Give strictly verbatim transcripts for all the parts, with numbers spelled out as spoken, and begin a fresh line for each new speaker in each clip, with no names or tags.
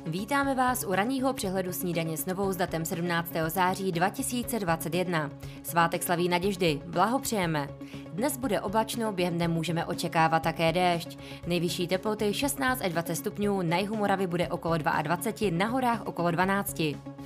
Vítáme vás u ranního přehledu snídaně s Novou s datem sedmnáctého září dva tisíce dvacet jedna. Svátek slaví Naděždy, blahopřejeme. Dnes bude oblačno, během dne můžeme očekávat také déšť. Nejvyšší teploty šestnáct až dvacet stupňů, na jihu Moravy bude okolo dvacet dva, na horách okolo dvanáct.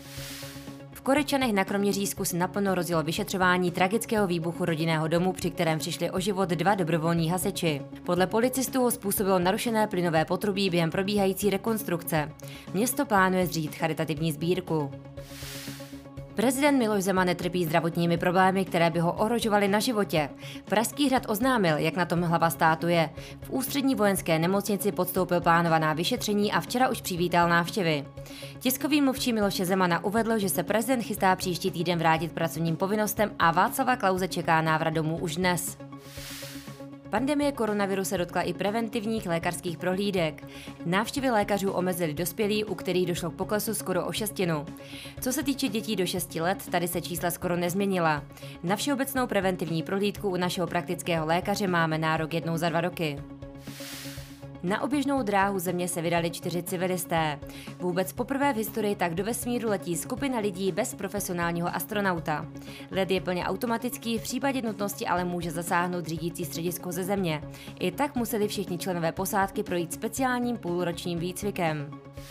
V Korečanech na Kroměřížsku se naplno rozjelo vyšetřování tragického výbuchu rodinného domu, při kterém přišli o život dva dobrovolní hasiči. Podle policistů ho způsobilo narušené plynové potrubí během probíhající rekonstrukce. Město plánuje zřídit charitativní sbírku. Prezident Miloš Zeman netrpí zdravotními problémy, které by ho ohrožovaly na životě. Pražský hrad oznámil, jak na tom hlava státu je. V ústřední vojenské nemocnici podstoupil plánovaná vyšetření a včera už přivítal návštěvy. Tiskový mluvčí Miloše Zemana uvedl, že se prezident chystá příští týden vrátit pracovním povinnostem a Václava Klause čeká návrat domů už dnes. Pandemie koronaviru se dotkla i preventivních lékařských prohlídek. Návštěvy lékařů omezili dospělí, u kterých došlo k poklesu skoro o šestinu. Co se týče dětí do šesti let, tady se čísla skoro nezměnila. Na všeobecnou preventivní prohlídku u našeho praktického lékaře máme nárok jednou za dva roky. Na oběžnou dráhu Země se vydali čtyři civilisté. Vůbec poprvé v historii tak do vesmíru letí skupina lidí bez profesionálního astronauta. Let je plně automatický, v případě nutnosti ale může zasáhnout řídící středisko ze Země. I tak museli všichni členové posádky projít speciálním půlročním výcvikem.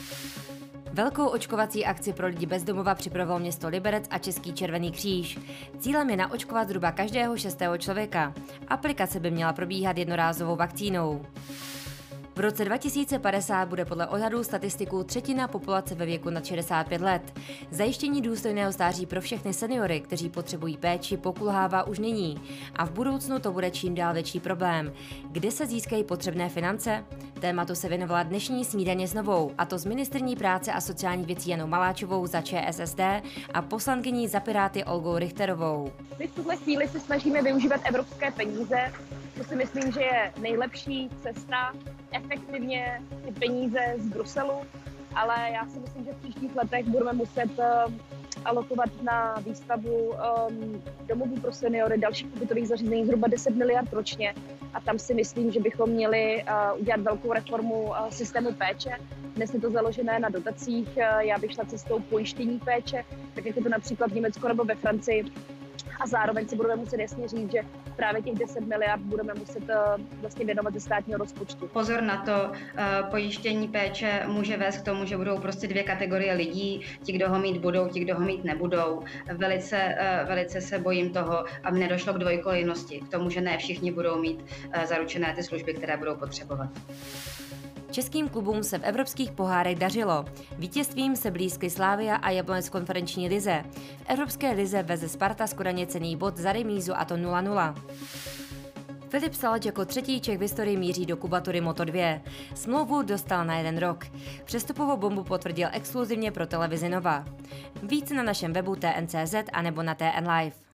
Velkou očkovací akci pro lidi bez domova připravilo město Liberec a Český červený kříž. Cílem je naočkovat zhruba každého šestého člověka. Aplikace by měla probíhat jednorázovou vakcínou. V roce dva tisíce padesát bude podle odhadů statistiků třetina populace ve věku nad šedesát pět let. Zajištění důstojného stáří pro všechny seniory, kteří potřebují péči, pokulhává už nyní. A v budoucnu to bude čím dál větší problém. Kde se získají potřebné finance? Tématu se věnovala dnešní snídaně s Novou, a to s ministryní práce a sociálních věcí Janou Maláčovou za ČSSD a poslankyní za Piráty Olgou Richterovou.
My v tuhle chvíli se snažíme využívat evropské peníze. To si myslím, že je nejlepší cesta, efektivně ty peníze z Bruselu, ale já si myslím, že v příštích letech budeme muset uh, alokovat na výstavu um, domovů pro seniory, dalších pobytových zařízení zhruba deset miliard ročně, a tam si myslím, že bychom měli uh, udělat velkou reformu uh, systému péče. Dnes je to založené na dotacích, uh, já bych šla cestou pojištění péče, tak jak je to například v Německu nebo ve Francii. A zároveň si budeme muset jasně říct, že právě těch deset miliard budeme muset uh, vlastně věnovat ze státního rozpočtu.
Pozor na to, uh, pojištění péče může vést k tomu, že budou prostě dvě kategorie lidí, ti, kdo ho mít budou, ti, kdo ho mít nebudou. Velice, uh, velice se bojím toho, aby nedošlo k dvojkolejnosti, k tomu, že ne všichni budou mít uh, zaručené ty služby, které budou potřebovat.
Českým klubům se v evropských pohárech dařilo. Vítězstvím se blízky Slavia a Jablonec v konferenční lize. V evropské lize veze Sparta z Kodaně cenný bod za remízu, a to nula nula. Filip Salač jako třetí Čech v historii míří do kubatury Moto dva. Smlouvu dostal na jeden rok. Přestupovou bombu potvrdil exkluzivně pro televizi Nova. Více na našem webu T N C Z a nebo na T N Live.